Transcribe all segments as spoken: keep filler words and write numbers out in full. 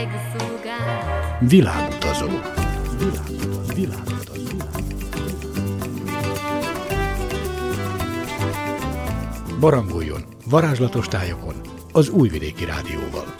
Világutazó. Világutazó. Világutazó. Barangoljon varázslatos tájokon az Újvidéki Rádióval.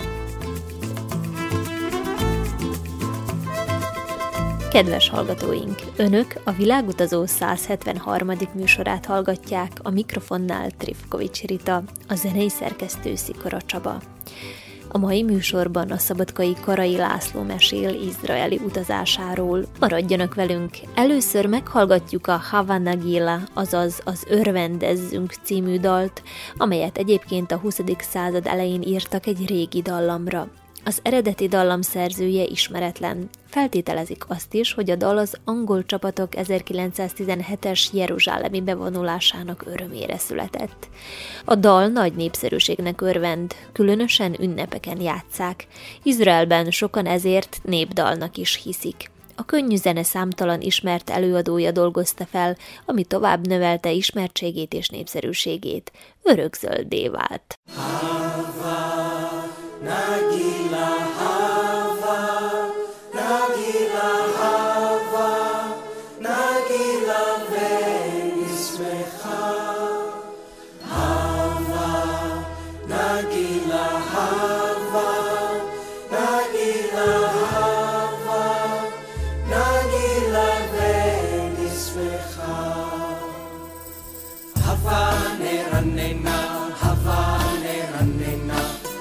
Kedves hallgatóink! Önök a Világutazó száz hetvenharmadik műsorát hallgatják, a mikrofonnál Trifkovics Rita, a zenei szerkesztő Szikora Csaba. A mai műsorban a szabadkai Karai László mesél izraeli utazásáról. Maradjanak velünk! Először meghallgatjuk a Hava Nagila, azaz az Örvendezzünk című dalt, amelyet egyébként a huszadik század elején írtak egy régi dallamra. Az eredeti dallam szerzője ismeretlen. Feltételezik azt is, hogy a dal az angol csapatok ezerkilencszáztizenhetes jeruzsálemi bevonulásának örömére született. A dal nagy népszerűségnek örvend, különösen ünnepeken játsszák. Izraelben sokan ezért népdalnak is hiszik. A könnyű zene számtalan ismert előadója dolgozta fel, ami tovább növelte ismertségét és népszerűségét. Örökzölddé vált. Nagila Hava, Nagila Hava, Nagila venismecha. Hava, Nagila Hava, Nagila Hava, Nagila venismecha. Hava neranena, Hava neranena.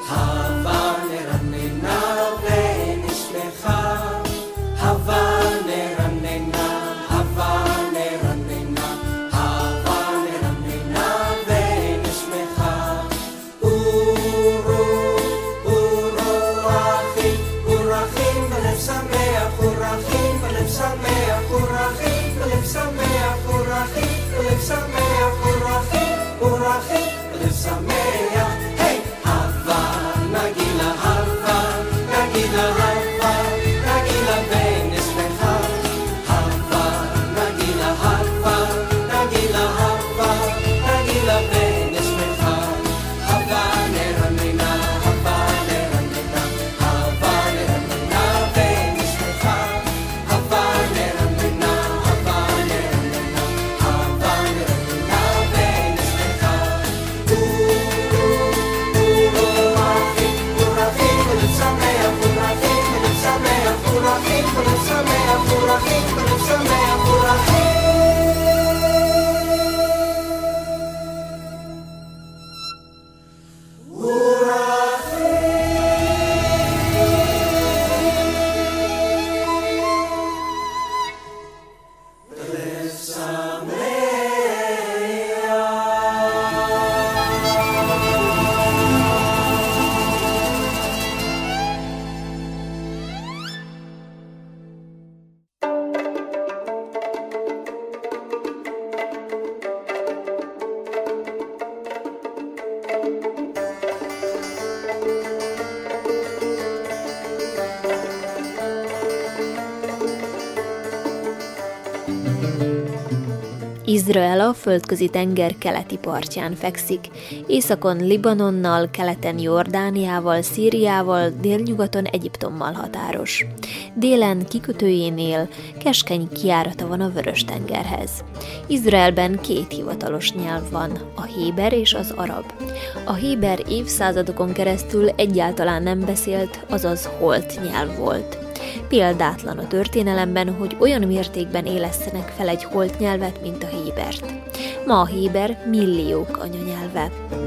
Izrael a Földközi tenger keleti partján fekszik, északon Libanonnal, keleten Jordániával, Szíriával, délnyugaton Egyiptommal határos. Délen kikötőjénél keskeny kijárata van a Vörös-tengerhez. Izraelben két hivatalos nyelv van, a héber és az arab. A héber évszázadokon keresztül egyáltalán nem beszélt, azaz holt nyelv volt. Példátlan a történelemben, hogy olyan mértékben élesszenek fel egy holt nyelvet, mint a hébert. Ma a héber milliók anyanyelve.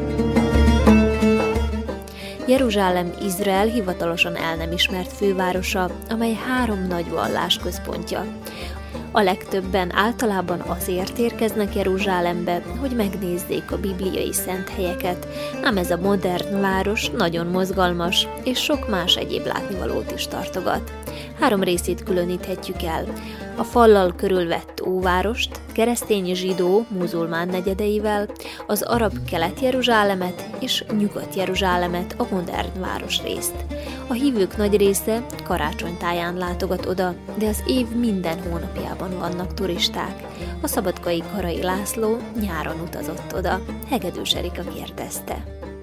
Jeruzsálem Izrael hivatalosan el nem ismert fővárosa, amely három nagy vallás központja. A legtöbben általában azért érkeznek Jeruzsálembe, hogy megnézzék a bibliai szent helyeket, ám ez a modern város nagyon mozgalmas, és sok más egyéb látnivalót is tartogat. Három részét különíthetjük el. A fallal körülvett óvárost, keresztény zsidó, muzulmán negyedeivel, az arab Kelet-Jeruzsálemet és Nyugat-Jeruzsálemet, a modern városrészt. A hívők nagy része karácsonytáján látogat oda, de az év minden hónapjában vannak turisták. A szabadkai Karai László nyáron utazott oda. Hegedűs Erika kérdezte.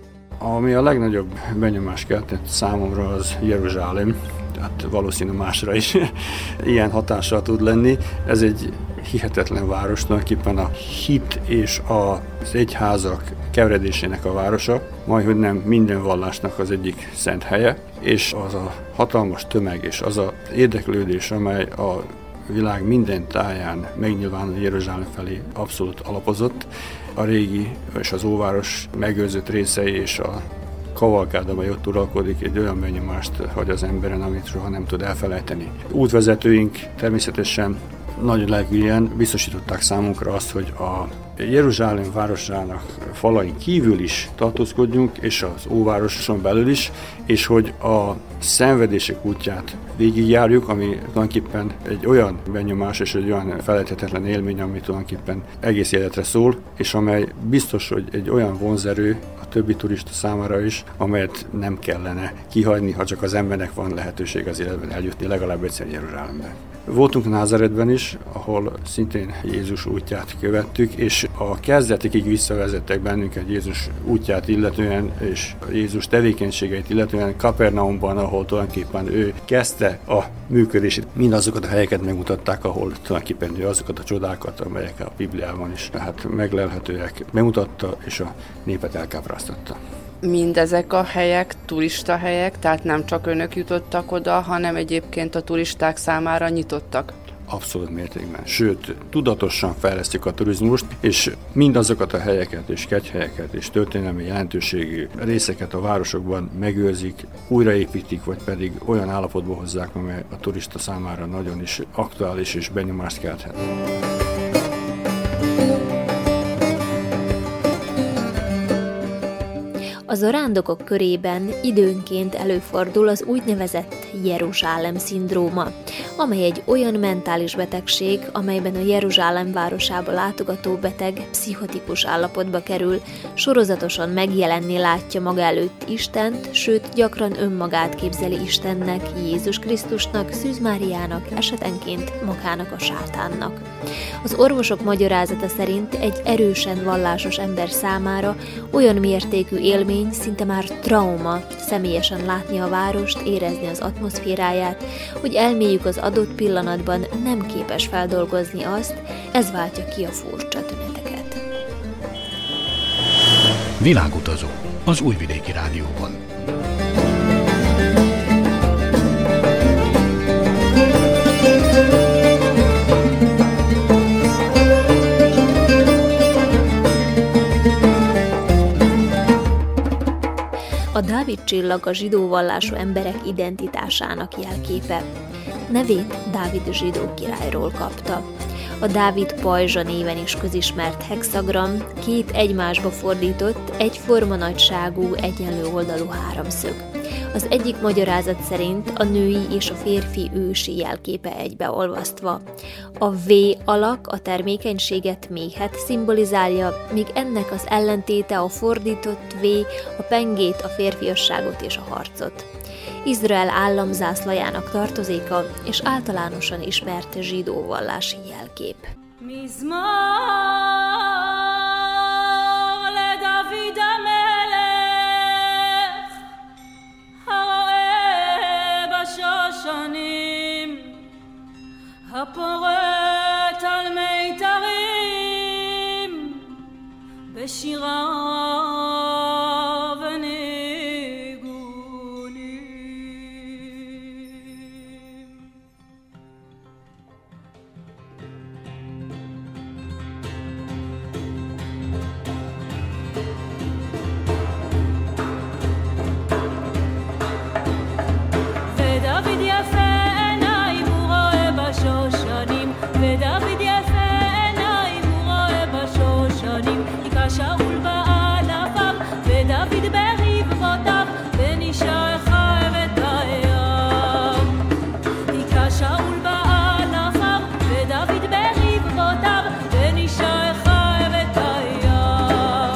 Ami a legnagyobb benyomást keltett számomra, az Jeruzsálem, tehát valószínű másra is ilyen hatással tud lenni. Ez egy hihetetlen város, tulajdonképpen a hit és az egyházak keveredésének a városa, majdhogy nem minden vallásnak az egyik szent helye, és az a hatalmas tömeg és az az érdeklődés, amely a világ minden táján megnyilvánul Jeruzsálem felé abszolút alapozott. A régi és az óváros megőrzött részei és a kavalkád, amely ott uralkodik, egy olyan benyomást hagy az emberen, amit soha nem tud elfelejteni. Útvezetőink természetesen nagyon lelkűen biztosították számunkra azt, hogy a Jeruzsálem városának falain kívül is tartózkodjunk, és az óvároson belül is, és hogy a szenvedések útját végigjárjuk, ami tulajdonképpen egy olyan benyomás és egy olyan felejthetetlen élmény, ami tulajdonképpen egész életre szól, és amely biztos, hogy egy olyan vonzerő a többi turista számára is, amelyet nem kellene kihagyni, ha csak az embernek van lehetőség az életben eljutni legalább egyszer Jeruzsálembe. Voltunk Názáretben is, ahol szintén Jézus útját követtük, és a kezdetekig visszavezettek bennünket Jézus útját illetően, és Jézus tevékenységeit illetően Kapernaumban, ahol tulajdonképpen ő kezdte a működését. Mindazokat a helyeket megmutatták, ahol tulajdonképpen ő azokat a csodákat, amelyek a Bibliában is hát meglelhetőek, bemutatta, és a népet elkápráztatta. Mindezek a helyek turista helyek, tehát nem csak önök jutottak oda, hanem egyébként a turisták számára nyitottak? Abszolút mértékben. Sőt, tudatosan fejlesztjük a turizmust, és mindazokat a helyeket és kegyhelyeket és történelmi jelentőségű részeket a városokban megőrzik, újraépítik, vagy pedig olyan állapotba hozzák, amely a turista számára nagyon is aktuális és benyomást kelthet. A zarándokok körében időnként előfordul az úgynevezett Jeruzsálem-szindróma, amely egy olyan mentális betegség, amelyben a Jeruzsálem városába látogató beteg pszichotikus állapotba kerül, sorozatosan megjelenni látja maga előtt Istent, sőt gyakran önmagát képzeli Istennek, Jézus Krisztusnak, Szűz Máriának, esetenként magának a sátánnak. Az orvosok magyarázata szerint egy erősen vallásos ember számára olyan mértékű élmény, szinte már trauma személyesen látni a várost, érezni az atmoszféráját, hogy elméjük az adott pillanatban nem képes feldolgozni azt, ez váltja ki a furcsa tüneteket. Világutazó az Újvidéki Rádióban. A Dávid csillag a zsidó vallású emberek identitásának jelképe. Nevét Dávid zsidó királyról kapta. A Dávid pajzsa néven is közismert hexagram két egymásba fordított, egyforma nagyságú, egyenlő oldalú háromszög. Az egyik magyarázat szerint a női és a férfi ősi jelképe egybeolvasztva. A V alak a termékenységet, méhet szimbolizálja, míg ennek az ellentéte a fordított V a pengét, a férfiasságot és a harcot. Izrael államzászlajának tartozéka és általánosan ismert zsidó vallási jelkép. הפורט על מיתרים בשירה וניגונים. ודוד יפה ודוד יפה עיניים הוא רואה בשושנים היכה שאול באלפיו ודוד ברבבותיו ונשאר חרבת הים היכה שאול באלפיו ודוד ברבבותיו ונשאר חרבת הים.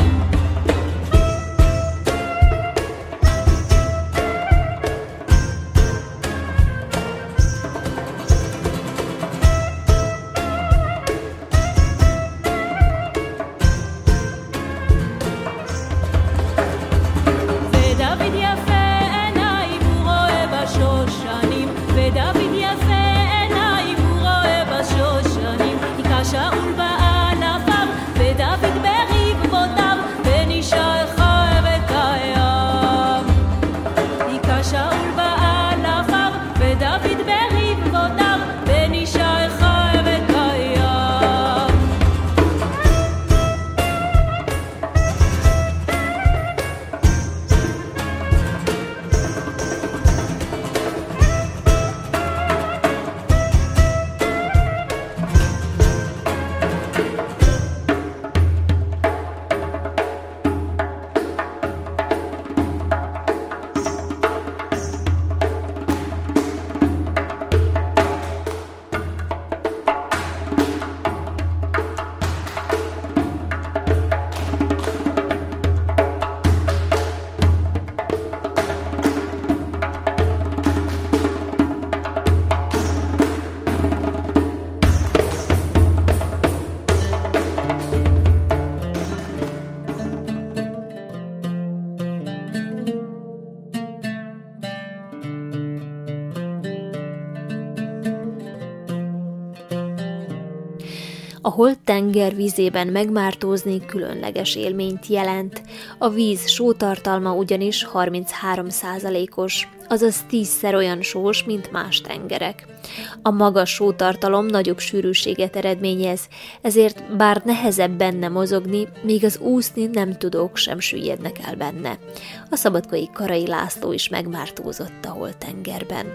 holt tenger vízében megmártózni különleges élményt jelent. A víz sótartalma ugyanis harminchárom százalékos, azaz tízszer olyan sós, mint más tengerek. A magas sótartalom nagyobb sűrűséget eredményez, ezért bár nehezebb benne mozogni, még az úszni nem tudók sem süllyednek el benne. A szabadkai Karai László is megmártózott a holt tengerben.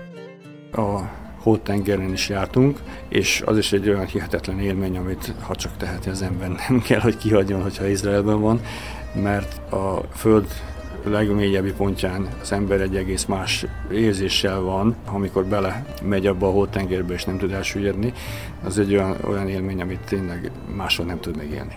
A holt tengeren is jártunk, és az is egy olyan hihetetlen élmény, amit ha csak teheti az ember, nem kell, hogy kihagyjon, hogyha Izraelben van, mert a föld legmélyebbi pontján az ember egy egész más érzéssel van, amikor bele megy abba a holt tengerbe és nem tud elsüllyedni. Az egy olyan, olyan élmény, amit tényleg máshol nem tud megélni.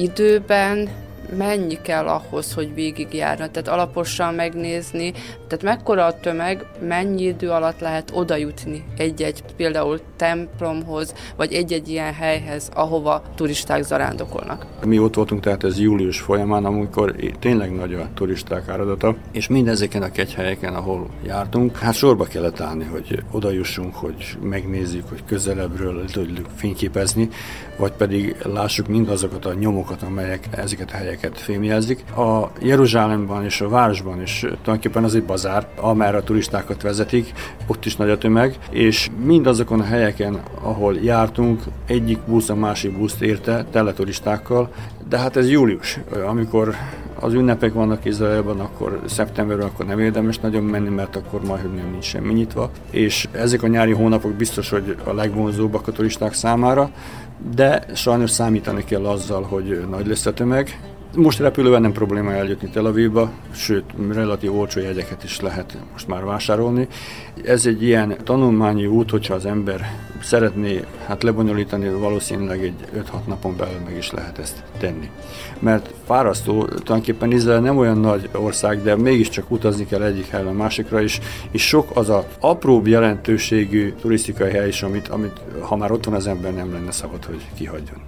Időben mennyi kell ahhoz, hogy végigjárna, tehát alaposan megnézni, tehát mekkora a tömeg, mennyi idő alatt lehet oda jutni egy-egy például templomhoz, vagy egy-egy ilyen helyhez, ahova turisták zarándokolnak. Mi ott voltunk, tehát ez július folyamán, amikor tényleg nagy a turisták áradata, és mindezeken a kegyhelyeken, ahol jártunk, hát sorba kellett állni, hogy oda jussunk, hogy megnézzük, hogy közelebbről tudjuk fényképezni, vagy pedig lássuk mindazokat a nyomokat, amelyek ezeket a helyeket fémjelzik. A Jeruzsálemban és a városban is tulajdonképpen az egy bazár, amerre a turistákat vezetik, ott is nagy a tömeg, és mindazokon a helyeken, ahol jártunk, egyik busz a másik buszt érte, tele turistákkal, de hát ez július, amikor az ünnepek vannak Izraelben, akkor szeptemberben akkor nem érdemes nagyon menni, mert akkor majdnem nem nincs semmi nyitva, és ezek a nyári hónapok biztos, hogy a legvonzóbbak a turisták számára, de sajnos számítani kell azzal, hogy nagy lesz a tömeg. Most repülővel nem probléma eljutni Tel Avivba, sőt, relatív olcsó jegyeket is lehet most már vásárolni. Ez egy ilyen tanulmányi út, hogyha az ember szeretné hát lebonyolítani, valószínűleg egy öt-hat napon belül meg is lehet ezt tenni. Mert fárasztó, tulajdonképpen Izrael nem olyan nagy ország, de mégiscsak utazni kell egyik helyről a másikra is, és sok az a apróbb jelentőségű turisztikai hely is, amit, amit ha már ott van az ember, nem lenne szabad, hogy kihagyjon.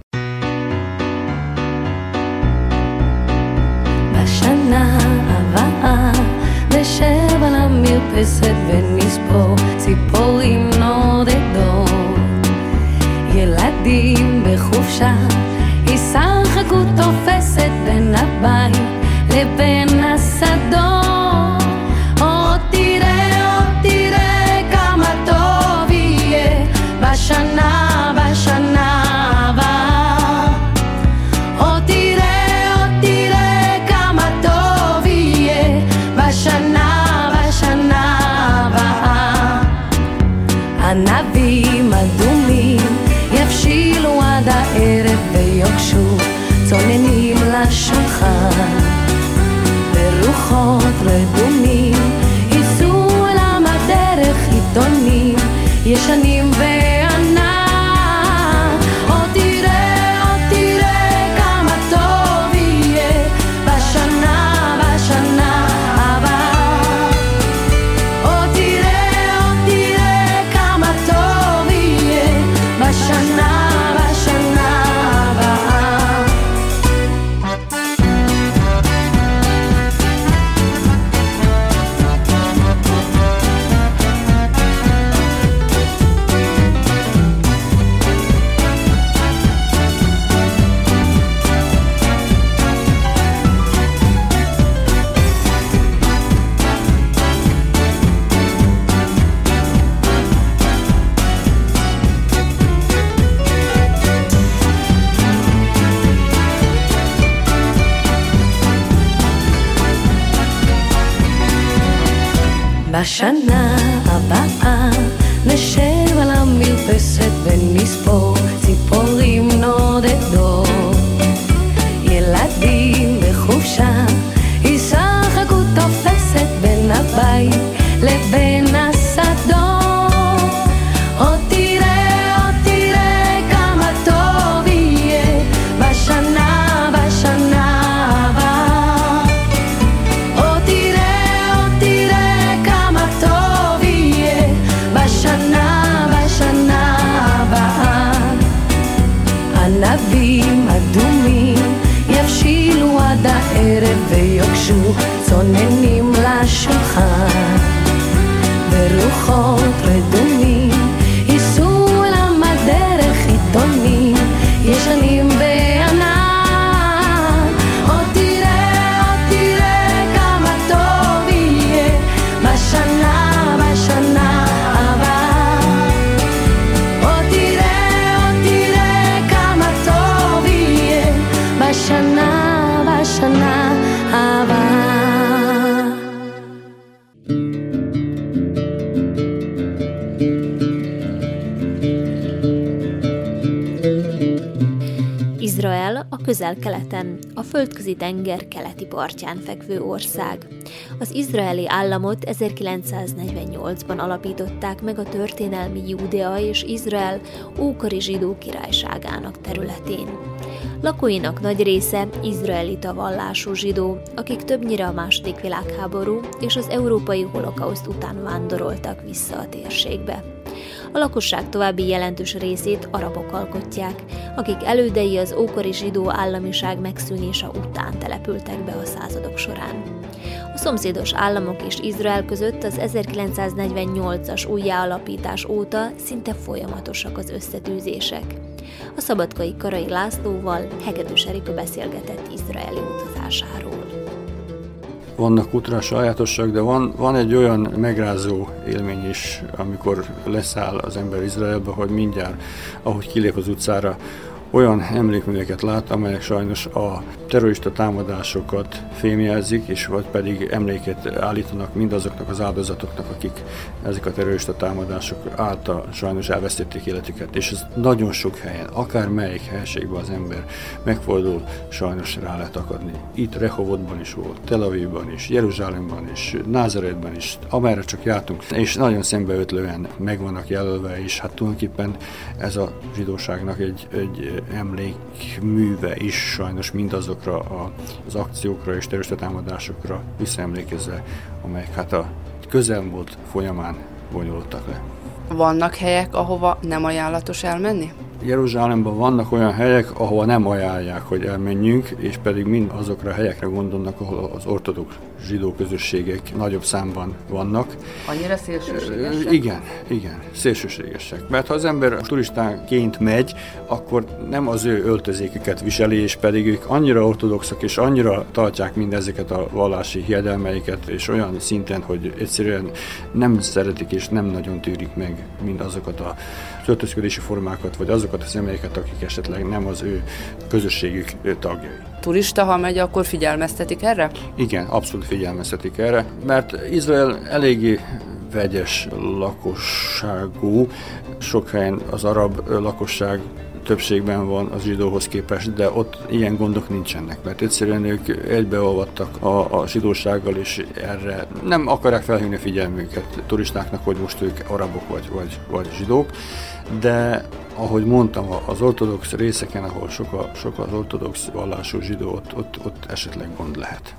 בשנה הבאה נשב על המרפסת ונספור ציפורים נודדות, ילדים בחופשה ישחקו תופסת בין הבית לבין השדות. עוד תראה, עוד תראה כמה טוב יהיה בשנה, בשנה הבאה. עוד תראה, עוד תראה כמה טוב יהיה בשנה, בשנה הבאה. ענבים אדומים יבשילו עד הערב ויוגשו צוננים לשולחן, ורוחות רדומים ייסעו אל הדרך עיתונים ישנים וענן. עוד תראה, עוד תראה כמה טוב יהיה בשנה, בשנה הבאה. עוד תראה, עוד תראה כמה טוב יהיה בשנה, בשנה הבאה. בשנה הבאה נשב על המרפסת ונספור ציפורים נודדות, ילדים בחופשה ישחקו תופסת בין הבית לבין השדות. עוד תראה, עוד תראה כמה טוב יהיה בשנה, בשנה הבאה. עוד תראה, עוד תראה כמה טוב יהיה בשנה, בשנה הבאה. ענבים אדומים יבשילו עד הערב ויוגשו צוננים לשולחן, Közel-Keleten, a Földközi tenger keleti partján fekvő ország. Az izraeli államot ezerkilencszáznegyvennyolcban alapították meg a történelmi Júdea és Izrael ókori zsidó királyságának területén. Lakóinak nagy része izraelita vallású zsidó, akik többnyire a második világháború és az európai holokauszt után vándoroltak vissza a térségbe. A lakosság további jelentős részét arabok alkotják, akik elődei az ókori zsidó államiság megszűnése után települtek be a századok során. A szomszédos államok és Izrael között az ezerkilencszáznegyvennyolcas újjáalapítás óta szinte folyamatosak az összetűzések. A szabadkai Karai Lászlóval Hegedűs Erika beszélgetett izraeli utazásáról. Vannak útra sajátosság, de van, van egy olyan megrázó élmény is, amikor leszáll az ember Izraelbe, hogy mindjárt, ahogy kilép az utcára, olyan emlékműveket lát, amelyek sajnos a terrorista támadásokat fémjelzik, és vagy pedig emléket állítanak mindazoknak az áldozatoknak, akik ezek a terrorista támadások által sajnos elvesztették életüket. És ez nagyon sok helyen, akár melyik helységben az ember megfordul, sajnos rá lehet akadni. Itt Rehovotban is volt, Tel Avivban is, Jeruzsálemben is, Názaretben is, amerre csak jártunk, és nagyon szembeötlően meg vannak jelölve, és hát tulajdonképpen ez a zsidóságnak egy, egy emlékműve is sajnos mindazokra az akciókra és terrorista támadásokra visszaemlékezve, amelyek hát a közelmúlt folyamán bonyolultak le. Vannak helyek, ahova nem ajánlatos elmenni? Jeruzsálemben vannak olyan helyek, ahova nem ajánlják, hogy elmenjünk, és pedig mind azokra a helyekre gondolnak, ahol az ortodox zsidó közösségek nagyobb számban vannak. Annyira szélsőségesek? Igen, igen, szélsőségesek. Mert ha az ember turistánként megy, akkor nem az ő öltözéküket viseli, és pedig ők annyira ortodoxak, és annyira tartják mindezeket a vallási hiedelmeiket, és olyan szinten, hogy egyszerűen nem szeretik, és nem nagyon tűrik meg mindazokat a öltözködési formákat, vagy azokat a személyeket, akik esetleg nem az ő közösségük tagjai. Turista, ha megy, akkor figyelmeztetik erre? Igen, abszolút figyelmeztetik erre, mert Izrael eléggé vegyes lakosságú, sok helyen az arab lakosság többségben van az zsidóhoz képest, de ott ilyen gondok nincsenek, mert egyszerűen ők egybeolvadtak a, a zsidósággal, és erre nem akarják felhívni a figyelmüket turistáknak, hogy most ők arabok vagy, vagy, vagy zsidók, de ahogy mondtam, az ortodox részeken, ahol sok, a, sok az ortodox vallású zsidó, ott, ott, ott esetleg gond lehet.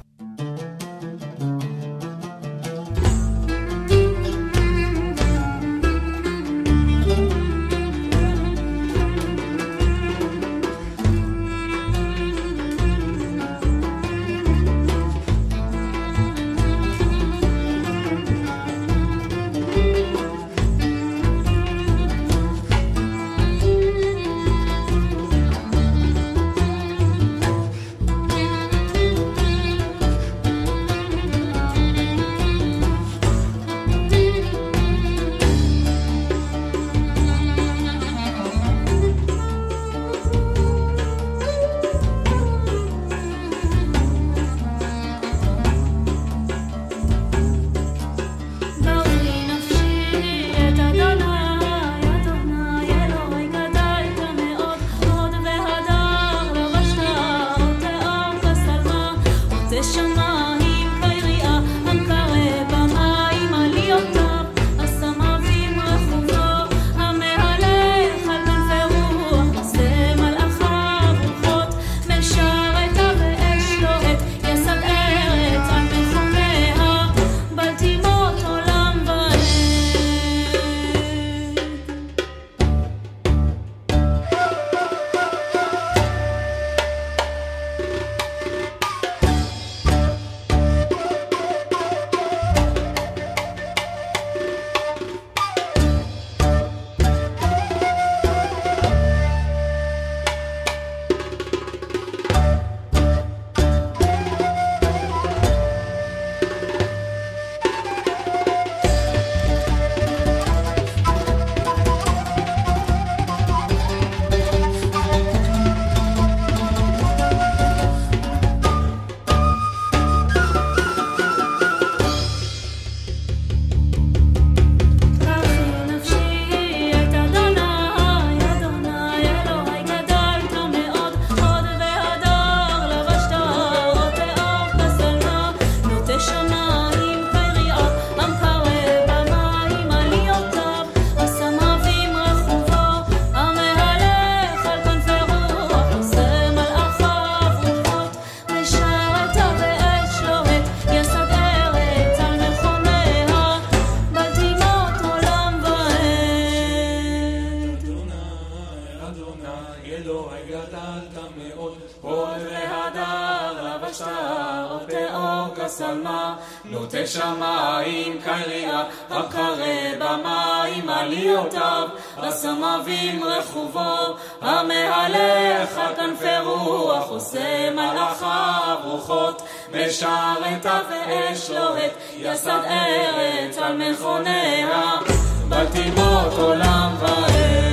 פשטה, ותאור כשלמה, נוטה שמיים קרירה, הקרא במים עליותיו, הסמבים רכובו, המהלך על כנפי רוח, עושה מלאכיו רוחות, משרתיו ואש לוהט, יסד ארץ על מכוניה, בתיבות עולם ועד.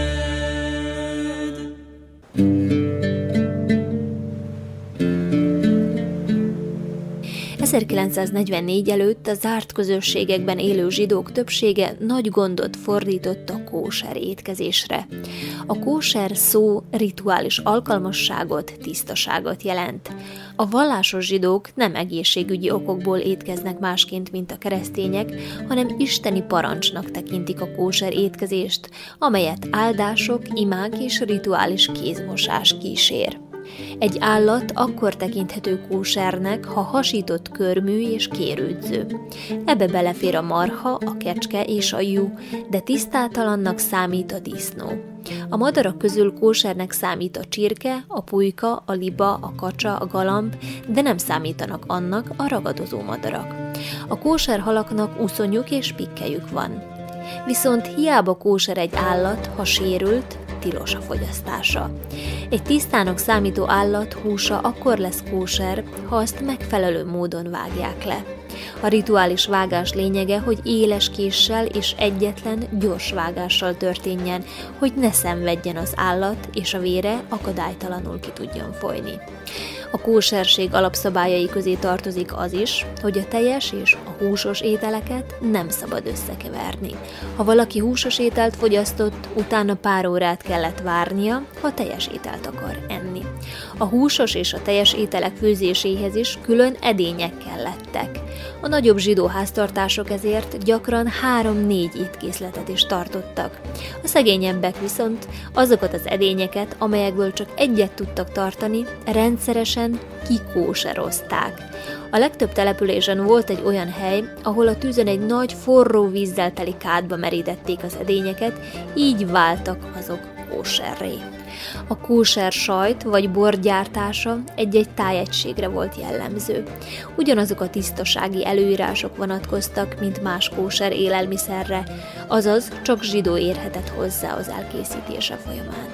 ezerkilencszáznegyvennégy előtt a zárt közösségekben élő zsidók többsége nagy gondot fordított a kóser étkezésre. A kóser szó rituális alkalmasságot, tisztaságot jelent. A vallásos zsidók nem egészségügyi okokból étkeznek másként, mint a keresztények, hanem isteni parancsnak tekintik a kóser étkezést, amelyet áldások, imák és rituális kézmosás kísér. Egy állat akkor tekinthető kósernek, ha hasított körmű és kérődző. Ebbe belefér a marha, a kecske és a juh, de tisztátalannak számít a disznó. A madarak közül kósernek számít a csirke, a pulyka, a liba, a kacsa, a galamb, de nem számítanak annak a ragadozó madarak. A kóser halaknak uszonyuk és pikkelyük van. Viszont hiába kóser egy állat, ha sérült, tilos a fogyasztása. Egy tisztának számító állat húsa akkor lesz kóser, ha azt megfelelő módon vágják le. A rituális vágás lényege, hogy éles késsel és egyetlen gyors vágással történjen, hogy ne szenvedjen az állat, és a vére akadálytalanul ki tudjon folyni. A kóserség alapszabályai közé tartozik az is, hogy a teljes és a húsos ételeket nem szabad összekeverni. Ha valaki húsos ételt fogyasztott, utána pár órát kellett várnia, ha teljes ételt akar enni. A húsos és a teljes ételek főzéséhez is külön edények kellettek. A nagyobb zsidó háztartások ezért gyakran három-négy étkészletet is tartottak. A szegényebbek viszont azokat az edényeket, amelyekből csak egyet tudtak tartani, rendszeresen kikóserozták. A legtöbb településen volt egy olyan hely, ahol a tűzön egy nagy forró vízzel teli kádba merítették az edényeket, így váltak azok kóserré. A kóser sajt vagy bor gyártása egy-egy tájegységre volt jellemző. Ugyanazok a tisztasági előírások vonatkoztak, mint más kóser élelmiszerre, azaz csak zsidó érhetett hozzá az elkészítése folyamán.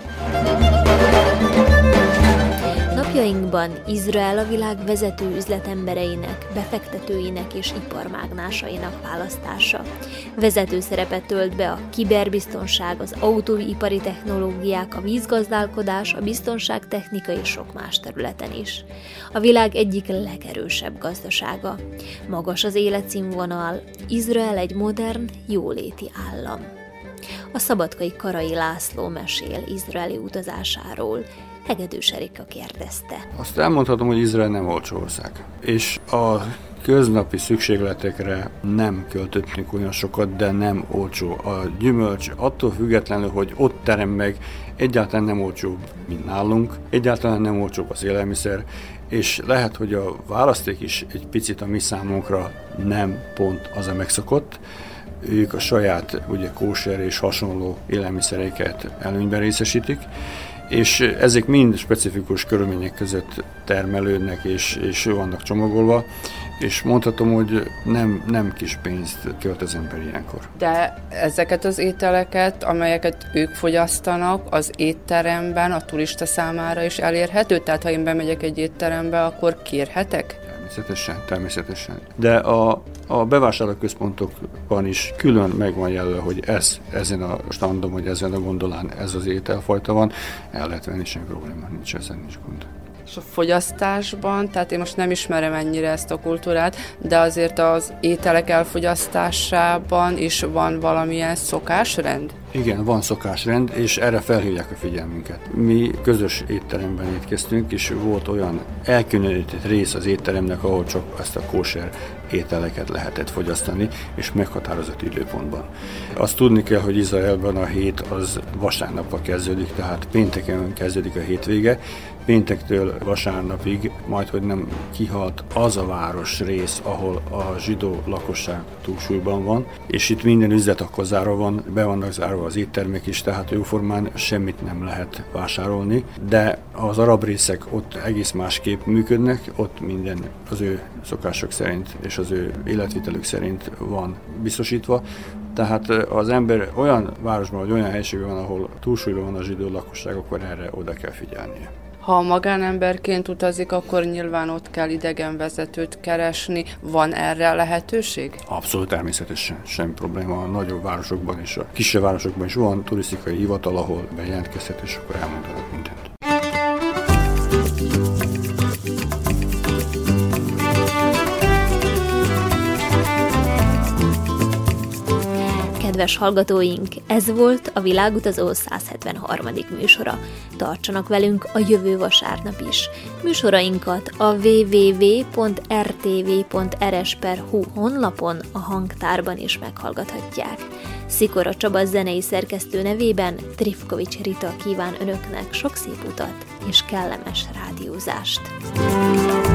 Napjainkban Izrael a világ vezető üzletembereinek, befektetőinek és iparmágnásainak választása. Vezető szerepet tölt be a kiberbiztonság, az autóipari technológiák, a vízgazdálkodás, a biztonságtechnika és sok más területen is. A világ egyik legerősebb gazdasága. Magas az életszínvonal, Izrael egy modern, jóléti állam. A szabadkai Karai László mesél izraeli utazásáról. Hegedűs Erika kérdezte. Azt elmondhatom, hogy Izrael nem olcsó ország. És a köznapi szükségletekre nem költöttünk olyan sokat, de nem olcsó. A gyümölcs attól függetlenül, hogy ott terem meg, egyáltalán nem olcsóbb, mint nálunk, egyáltalán nem olcsóbb az élelmiszer, és lehet, hogy a választék is egy picit a mi számunkra nem pont az a megszokott. Ők a saját ugye, kóser és hasonló élelmiszereiket előnyben részesítik, és ezek mind specifikus körülmények között termelődnek és, és vannak csomagolva, és mondhatom, hogy nem, nem kis pénzt költ az ember ilyenkor. De ezeket az ételeket, amelyeket ők fogyasztanak, az étteremben a turista számára is elérhető? Tehát ha én bemegyek egy étterembe, akkor kérhetek? Természetesen, természetesen. De a, a bevásárlóközpontokban is külön meg van jelölve, hogy ez, ezen a standon, vagy ezen a gondolán ez az ételfajta van, el lehet venni, semmi probléma nincs, ezen nincs gond. És a fogyasztásban, tehát én most nem ismerem ennyire ezt a kultúrát, de azért az ételek elfogyasztásában is van valamilyen szokásrend? Igen, van szokásrend, és erre felhívják a figyelmünket. Mi közös étteremben étkeztünk, és volt olyan elkülönített rész az étteremnek, ahol csak ezt a kóser ételeket lehetett fogyasztani, és meghatározott időpontban. Azt tudni kell, hogy Izraelben a hét az vasárnappal kezdődik, tehát pénteken kezdődik a hétvége, péntektől vasárnapig majdhogy nem kihalt az a városrész, ahol a zsidó lakosság túlsúlyban van, és itt minden üzlet akkor zárva van, be vannak zárva az éttermek is, tehát jóformán semmit nem lehet vásárolni, de az arab részek ott egész másképp működnek, ott minden az ő szokások szerint és az ő életvitelük szerint van biztosítva. Tehát az ember olyan városban vagy olyan helységben van, ahol túlsúlyban van a zsidó lakosság, akkor erre oda kell figyelnie. Ha magánemberként utazik, akkor nyilván ott kell idegenvezetőt keresni. Van erre lehetőség? Abszolút természetesen, semmi probléma. A nagyobb városokban és a kisebb városokban is van turisztikai hivatal, ahol bejelentkezhet, és akkor elmondanak mindent. Kedves hallgatóink, ez volt a Világutazó száz hetvenharmadik műsora. Tartsanak velünk a jövő vasárnap is. Műsorainkat a double-u double-u double-u pont r t v pont r s pont h u honlapon, a hangtárban is meghallgathatják. Szikora Csaba zenei szerkesztő nevében Trifkovics Rita kíván önöknek sok szép utat és kellemes rádiózást.